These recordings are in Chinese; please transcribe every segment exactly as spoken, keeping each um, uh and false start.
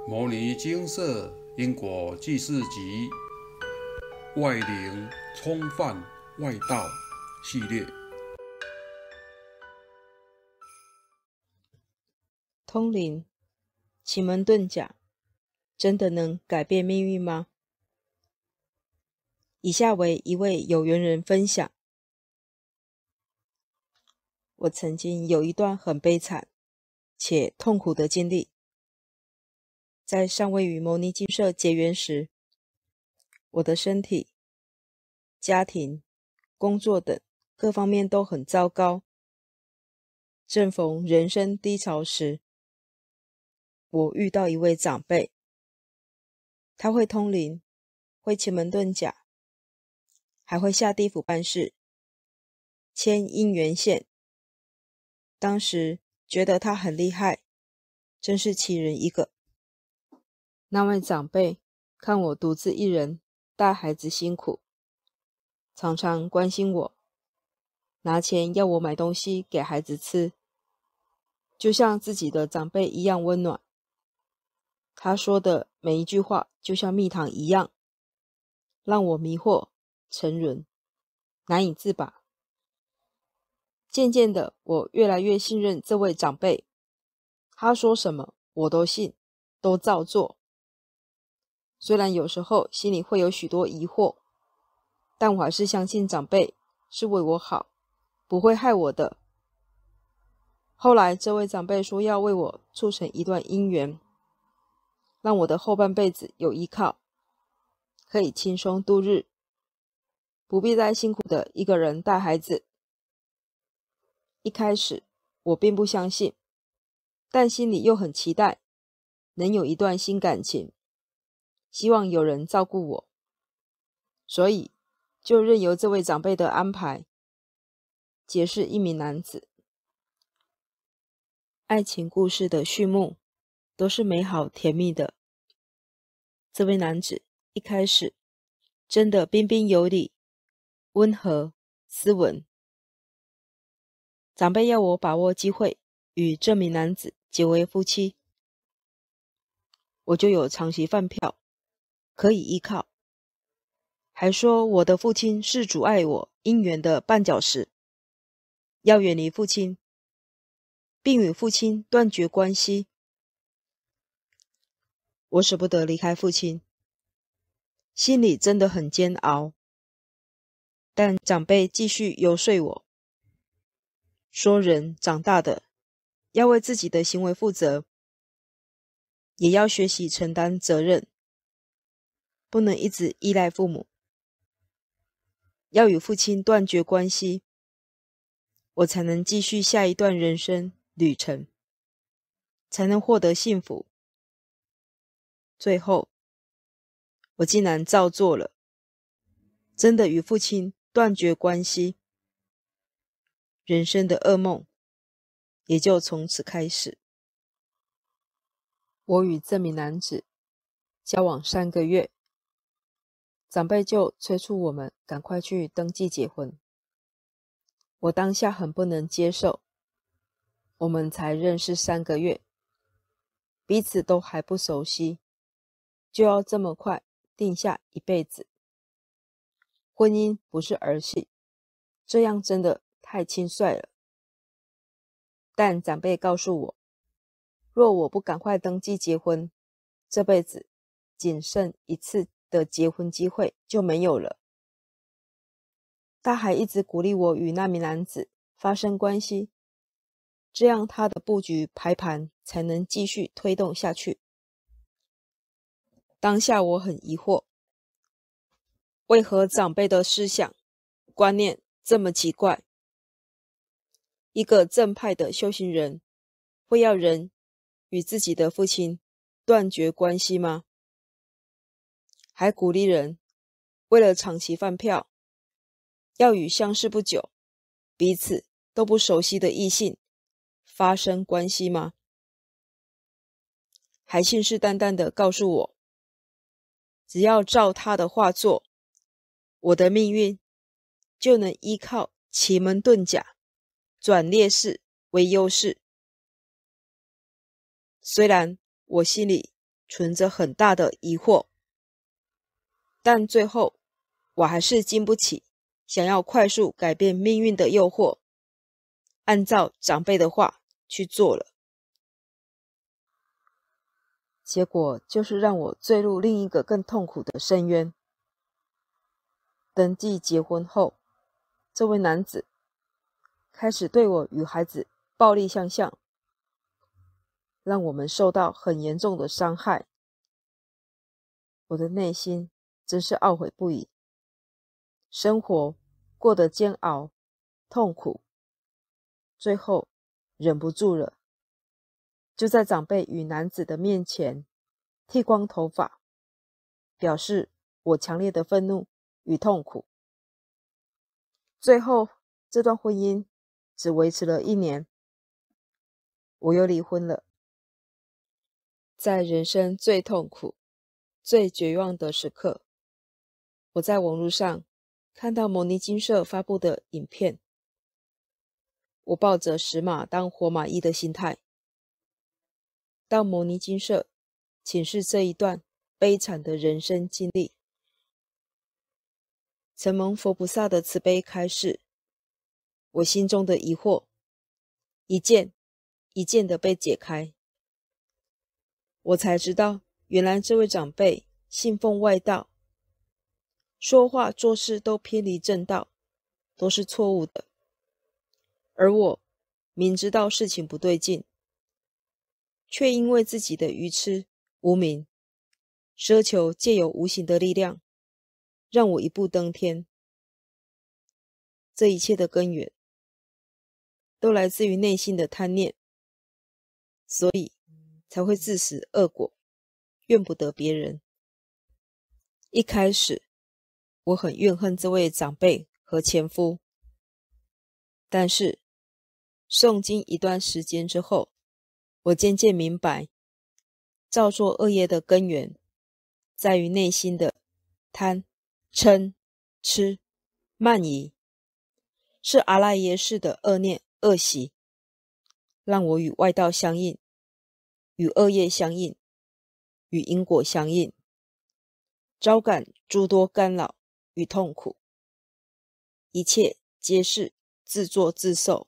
摩尼精舍因果记事集外灵冲犯外道系列。 通灵、奇门遁甲真的能改变命运吗？以下为一位有缘人分享：我曾经有一段很悲惨且痛苦的经历。在尚未与牟尼精舍结缘时，我的身体、家庭、工作等各方面都很糟糕。正逢人生低潮时，我遇到一位长辈，他会通灵，会奇门遁甲，还会下地府办事，牵姻缘线。当时觉得他很厉害，真是奇人一个。那位长辈看我独自一人带孩子辛苦，常常关心我，拿钱要我买东西给孩子吃，就像自己的长辈一样温暖。他说的每一句话就像蜜糖一样，让我迷惑沉沦，难以自拔。渐渐的，我越来越信任这位长辈，他说什么我都信，都照做。虽然有时候心里会有许多疑惑，但我还是相信长辈是为我好，不会害我的。后来这位长辈说要为我促成一段姻缘，让我的后半辈子有依靠，可以轻松度日，不必再辛苦的一个人带孩子。一开始我并不相信，但心里又很期待能有一段新感情，希望有人照顾我，所以就任由这位长辈的安排，结识一名男子。爱情故事的序幕都是美好甜蜜的。这位男子一开始真的彬彬有礼，温和斯文。长辈要我把握机会与这名男子结为夫妻，我就有长期饭票可以依靠，还说我的父亲是阻碍我姻缘的绊脚石，要远离父亲，并与父亲断绝关系。我舍不得离开父亲，心里真的很煎熬。但长辈继续游说我，说人长大的要为自己的行为负责，也要学习承担责任，不能一直依赖父母，要与父亲断绝关系，我才能继续下一段人生旅程，才能获得幸福。最后我竟然照做了，真的与父亲断绝关系，人生的噩梦也就从此开始。我与这名男子交往三个月，长辈就催促我们赶快去登记结婚。我当下很不能接受，我们才认识三个月，彼此都还不熟悉，就要这么快定下一辈子。婚姻不是儿戏，这样真的太轻率了。但长辈告诉我，若我不赶快登记结婚，这辈子仅剩一次的结婚机会就没有了。他还一直鼓励我与那名男子发生关系，这样他的布局排盘才能继续推动下去。当下我很疑惑，为何长辈的思想观念这么奇怪？一个正派的修行人会要人与自己的父亲断绝关系吗？还鼓励人为了长期饭票，要与相识不久、彼此都不熟悉的异性发生关系吗？还信誓旦旦地告诉我，只要照他的话做，我的命运就能依靠奇门遁甲转劣势为优势。虽然我心里存着很大的疑惑，但最后我还是经不起想要快速改变命运的诱惑，按照长辈的话去做了。结果就是让我坠入另一个更痛苦的深渊。登记结婚后，这位男子开始对我与孩子暴力相向，让我们受到很严重的伤害。我的内心真是懊悔不已，生活过得煎熬、痛苦，最后忍不住了，就在长辈与男子的面前剃光头发，表示我强烈的愤怒与痛苦。最后，这段婚姻只维持了一年，我又离婚了。在人生最痛苦、最绝望的时刻，我在网络上看到牟尼精舍发布的影片，我抱着死马当活马医的心态，到牟尼精舍请示这一段悲惨的人生经历。承蒙佛菩萨的慈悲开示，我心中的疑惑一件一件的被解开。我才知道，原来这位长辈信奉外道，说话做事都偏离正道，都是错误的。而我明知道事情不对劲，却因为自己的愚痴无明，奢求借由无形的力量让我一步登天。这一切的根源都来自于内心的贪念，所以才会自食恶果，怨不得别人。一开始我很怨恨这位长辈和前夫，但是诵经一段时间之后，我渐渐明白，造作恶业的根源在于内心的贪、嗔、痴、慢疑，是阿赖耶识的恶念恶习，让我与外道相应，与恶业相应，与因果相应，招感诸多干扰与痛苦，一切皆是自作自受。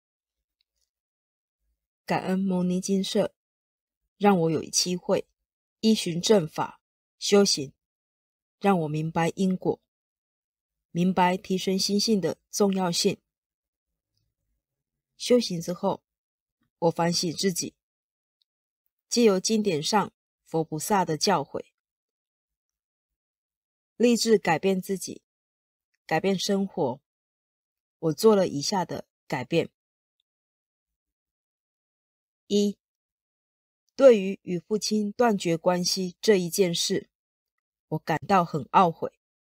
感恩牟尼精舍，让我有机会依循正法修行，让我明白因果，明白提升心性的重要性。修行之后，我反省自己，藉由经典上佛菩萨的教诲，立志改变自己，改变生活。我做了以下的改变：一、对于与父亲断绝关系这一件事，我感到很懊悔。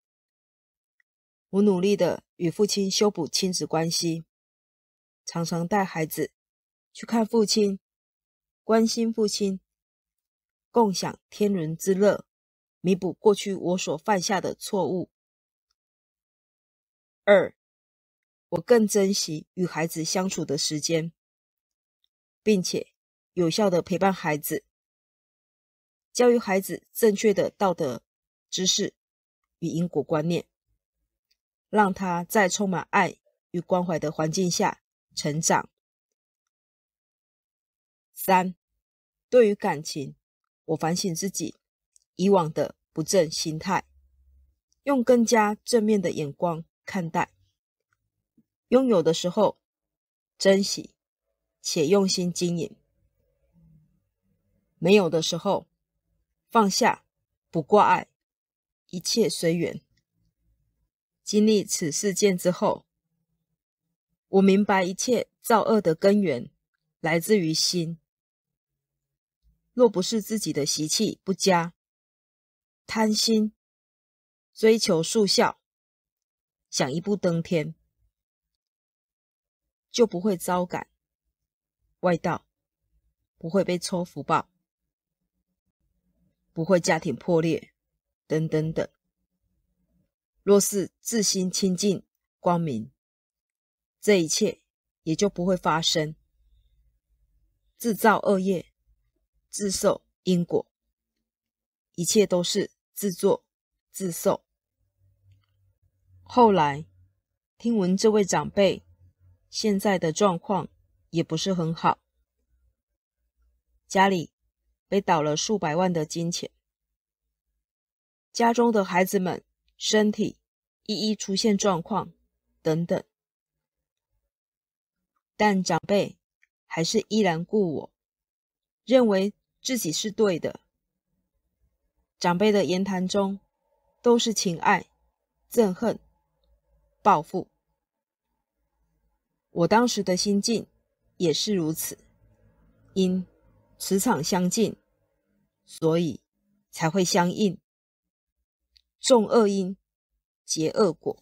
我努力的与父亲修补亲子关系，常常带孩子去看父亲，关心父亲，共享天伦之乐，弥补过去我所犯下的错误。二、我更珍惜与孩子相处的时间，并且有效的陪伴孩子，教育孩子正确的道德知识与因果观念，让他在充满爱与关怀的环境下成长。三、对于感情，我反省自己以往的不正心态，用更加正面的眼光看待。拥有的时候珍惜且用心经营，没有的时候放下不挂碍，一切随缘。经历此事件之后，我明白一切造恶的根源来自于心。若不是自己的习气不佳，贪心，追求速效，想一步登天，就不会招感外道，不会被抽福报，不会家庭破裂，等等等。若是自心清净光明，这一切也就不会发生，自造恶业，自受因果。 一切都是自作自受。后来听闻这位长辈现在的状况也不是很好，家里被倒了数百万的金钱，家中的孩子们身体一一出现状况等等，但长辈还是依然故我，认为自己是对的。长辈的言谈中都是情爱、憎恨、报复。我当时的心境也是如此，因磁场相近，所以才会相应，种恶因，结恶果。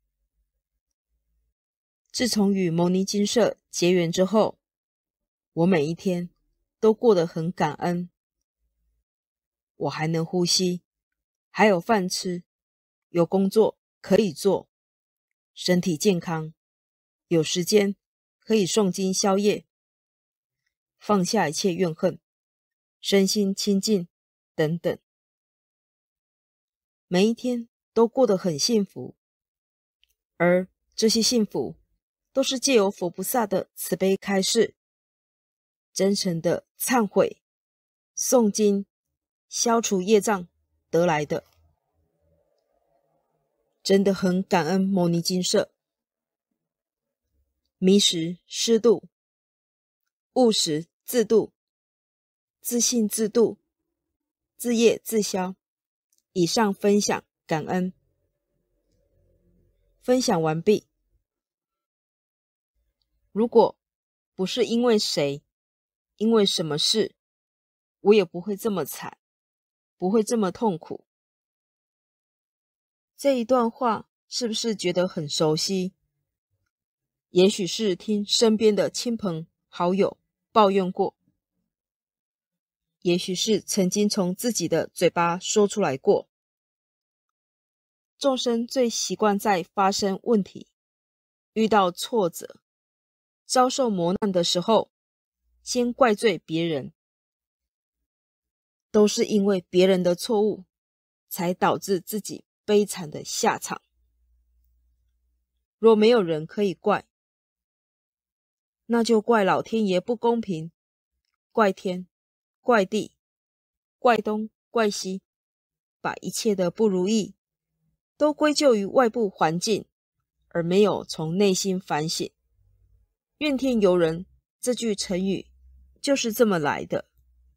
自从与牟尼精舍结缘之后，我每一天都过得很感恩。我还能呼吸，还有饭吃，有工作可以做，身体健康，有时间可以诵经消业，放下一切怨恨，身心清净等等，每一天都过得很幸福。而这些幸福都是借由佛菩萨的慈悲开示，真诚的忏悔、诵经、消除业障得来的。真的很感恩牟尼精舍。迷时失度，悟时自度，自信自度，自业自消。以上分享感恩。分享完毕。如果不是因为谁，因为什么事，我也不会这么惨，不会这么痛苦。这一段话是不是觉得很熟悉？也许是听身边的亲朋好友抱怨过，也许是曾经从自己的嘴巴说出来过。众生最习惯在发生问题、遇到挫折、遭受磨难的时候，先怪罪别人，都是因为别人的错误，才导致自己悲惨的下场。若没有人可以怪，那就怪老天爷不公平，怪天，怪地，怪东，怪西，把一切的不如意都归咎于外部环境，而没有从内心反省。怨天尤人这句成语就是这么来的。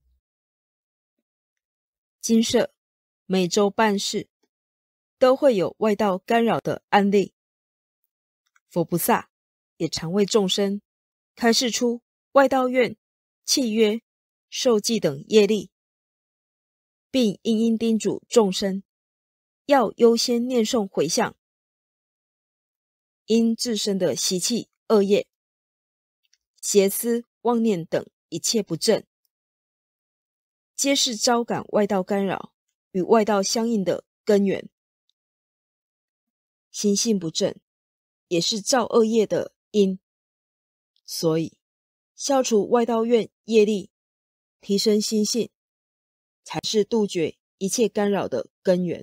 精舍每周办事都会有外道干扰的案例，佛菩萨也常为众生开示出外道愿、契约、受记等业力，并殷殷叮嘱众生要优先念诵回向，因自身的习气恶业、邪思妄念等一切不正，皆是招感外道干扰与外道相应的根源。心性不正也是造恶业的因，所以消除外道愿业力，提升心性，才是杜绝一切干扰的根源。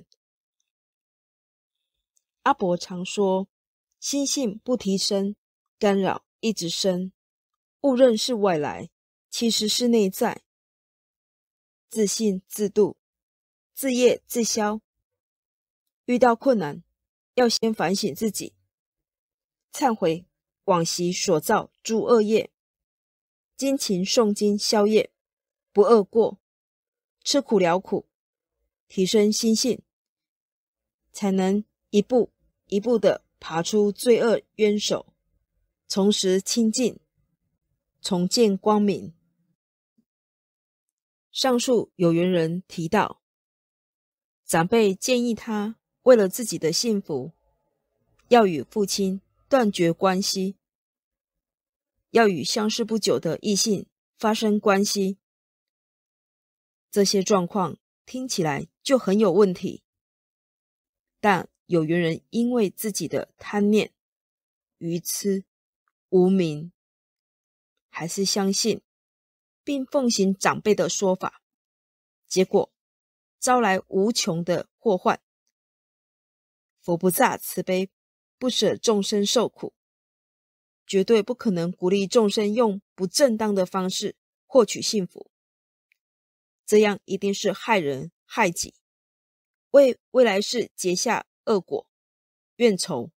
阿伯常说，心性不提升，干扰一直生，误认是外来，其实是内在。自信自度，自业自消。遇到困难，要先反省自己，忏悔往昔所造诸恶业，精勤诵经消业，不贰过，吃苦了苦，提升心性，才能一步一步地爬出罪恶冤手，重拾清净，重见光明。上述有缘人提到，长辈建议他为了自己的幸福，要与父亲断绝关系，要与相识不久的异性发生关系。这些状况听起来就很有问题，但有缘人因为自己的贪念、愚痴、无明，还是相信并奉行长辈的说法，结果招来无穷的祸患。佛菩萨慈悲，不舍众生受苦，绝对不可能鼓励众生用不正当的方式获取幸福，这样一定是害人害己，为未来世结下恶果怨仇。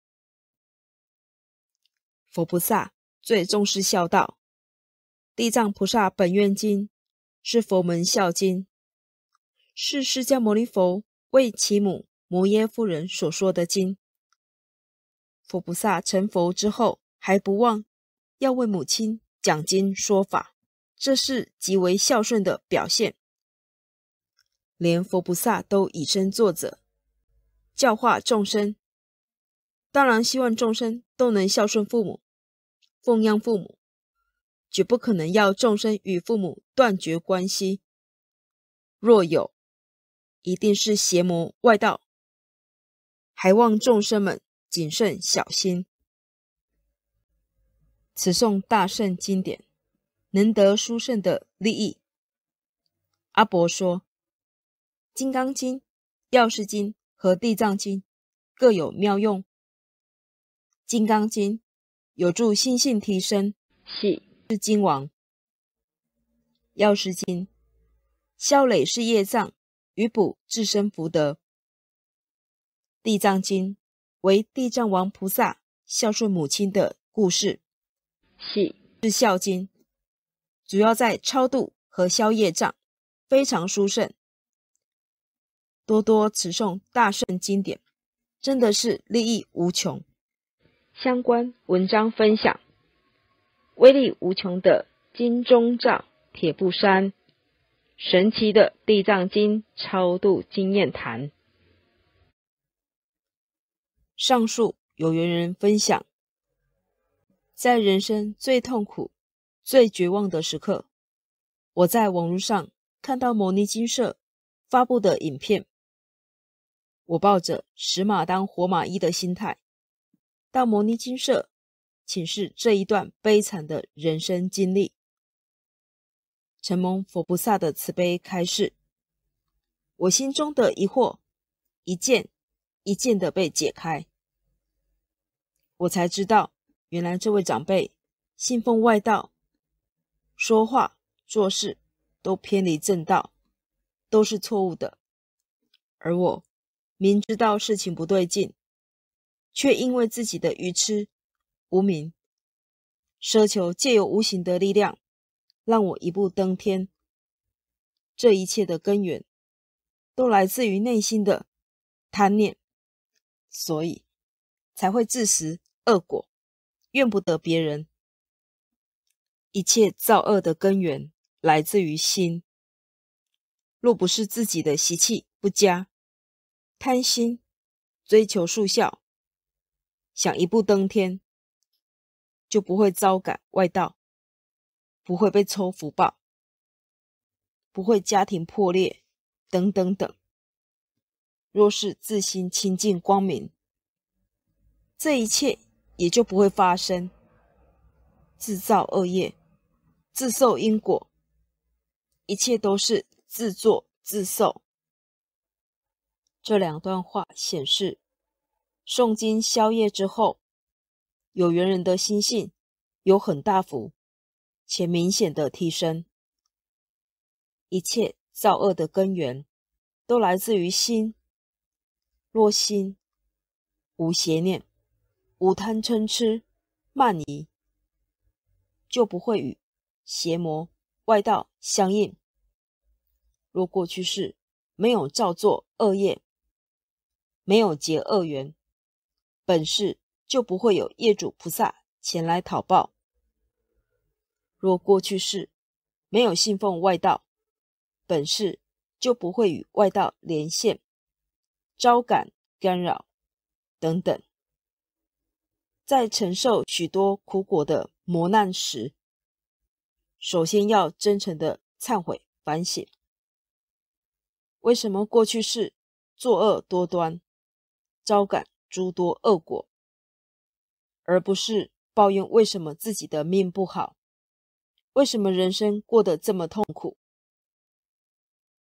佛菩萨最重视孝道，地藏菩萨本愿经是佛门孝经，是释迦牟尼佛为其母摩耶夫人所说的经。佛菩萨成佛之后，还不忘要为母亲讲经说法，这是极为孝顺的表现。连佛菩萨都以身作则，教化众生，当然希望众生都能孝顺父母，奉养父母，绝不可能要众生与父母断绝关系。若有，一定是邪魔外道，还望众生们谨慎小心。此诵大圣经典，能得殊胜的利益。阿伯说，金刚经、药师经和地藏经各有妙用。金刚经有助心性提升，系是经王；药师经消累世业障，与补自身福德；地藏经为地藏王菩萨孝顺母亲的故事，系是孝经，主要在超度和消业障，非常殊胜。多多持诵大圣经典，真的是利益无穷。相关文章分享：威力无穷的金钟罩铁布衫，神奇的地藏经超度经验谈。上述有缘人分享，在人生最痛苦、最绝望的时刻，我在网络上看到牟尼精舍发布的影片，我抱着死马当活马医的心态，到牟尼精舍请示这一段悲惨的人生经历。承蒙佛菩萨的慈悲开示，我心中的疑惑一件一件的被解开。我才知道，原来这位长辈信奉外道，说话做事都偏离正道，都是错误的。而我明知道事情不对劲，却因为自己的愚痴无明，奢求借由无形的力量让我一步登天。这一切的根源都来自于内心的贪念，所以才会自食恶果，怨不得别人。一切造恶的根源来自于心，若不是自己的习气不佳，贪心追求速效，想一步登天，就不会遭感外道，不会被抽福报，不会家庭破裂等等等。若是自心清净光明，这一切也就不会发生。自造恶业，自受因果，一切都是自作自受。这两段话显示，诵经消业之后，有缘人的心性有很大幅且明显的提升。一切造恶的根源都来自于心，若心无邪念，无贪嗔痴慢疑，就不会与邪魔外道相应。若过去世没有造作恶业，没有结恶缘，本世就不会有业主菩萨前来讨报。若过去世没有信奉外道，本世就不会与外道连线，招感干扰等等。在承受许多苦果的磨难时，首先要真诚的忏悔反省，为什么过去世作恶多端，招感诸多恶果，而不是抱怨为什么自己的命不好，为什么人生过得这么痛苦。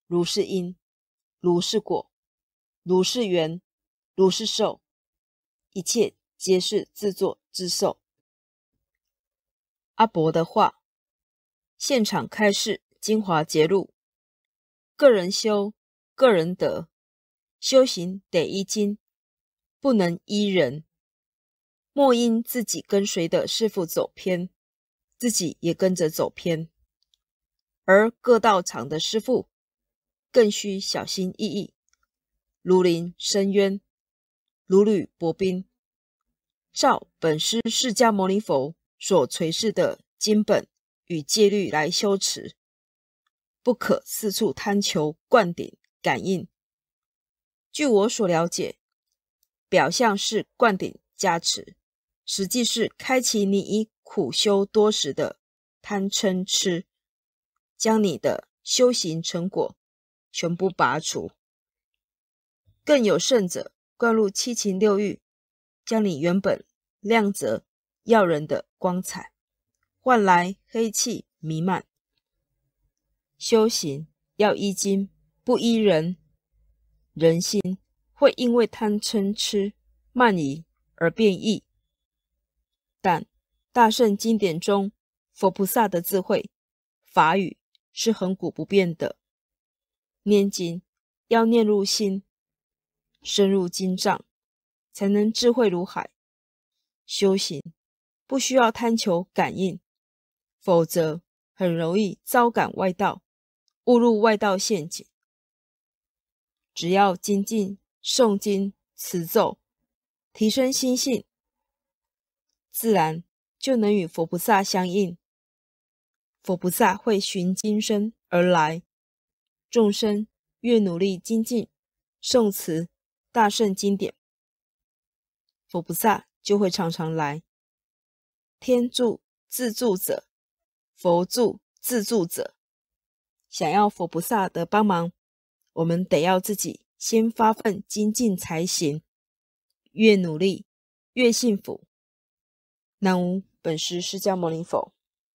如是因，如是果，如是缘，如是受，一切皆是自作自受。阿伯的话，现场开示，精华节录。个人修，个人得，修行得依经，不能依人。莫因自己跟随的师父走偏，自己也跟着走偏。而各道场的师父更需小心翼翼，如临深渊，如履薄冰，照本师释迦牟尼佛所垂示的经本与戒律来修持，不可四处贪求灌顶感应。据我所了解，表象是灌顶加持，实际是开启你已苦修多时的贪嗔痴，将你的修行成果全部拔除。更有甚者，灌入七情六欲，将你原本亮泽耀人的光彩换来黑气弥漫。修行要依经，不依人，人心会因为贪嗔痴慢疑而变异。但大圣经典中佛菩萨的智慧法语是恒古不变的，念经要念入心，深入经藏，才能智慧如海。修行不需要贪求感应，否则很容易遭感外道，误入外道陷阱。只要精进诵经持咒，提升心性，自然就能与佛菩萨相应。佛菩萨会循今生而来，众生越努力精进诵持大圣经典，佛菩萨就会常常来。天助自助者，佛助自助者。想要佛菩萨的帮忙，我们得要自己先发奋精进才行，越努力越幸福。南无本师释迦牟尼佛。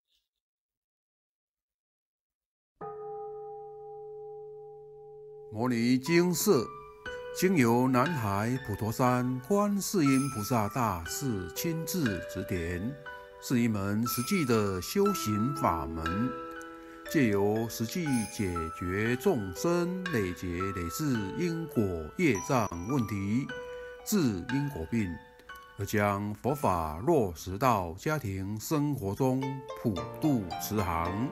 摩尼经释经由南海普陀山观世音菩萨大士亲自指点，是一门实际的修行法门，借由实际解决众生累劫累世因果业障问题，治因果病，而将佛法落实到家庭生活中，普度慈航。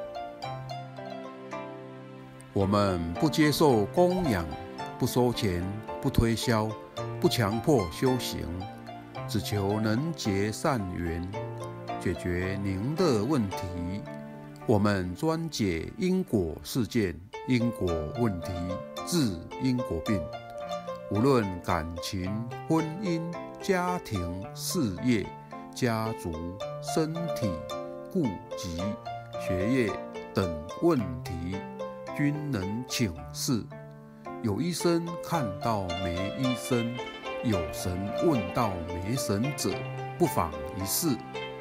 我们不接受供养，不收钱，不推销，不强迫修行，只求能结善缘，解决您的问题。我们专解因果事件、因果问题，治因果病。无论感情、婚姻、家庭、事业、家族、身体、顾及、学业等问题，均能请示。有医生看到没医生，有神问到没神者，不妨一试。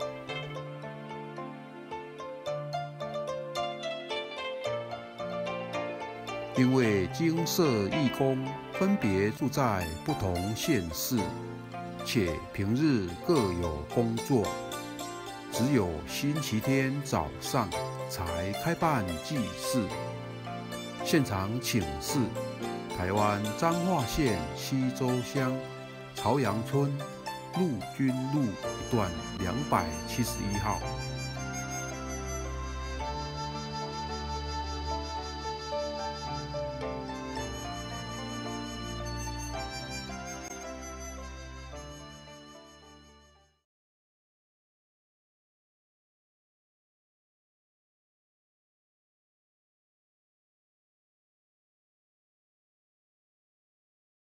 因为精舍义工分别住在不同县市，且平日各有工作，只有星期天早上才开办祭祀。现场请示台湾彰化县溪州乡朝阳村陆军路一段两百七十一号。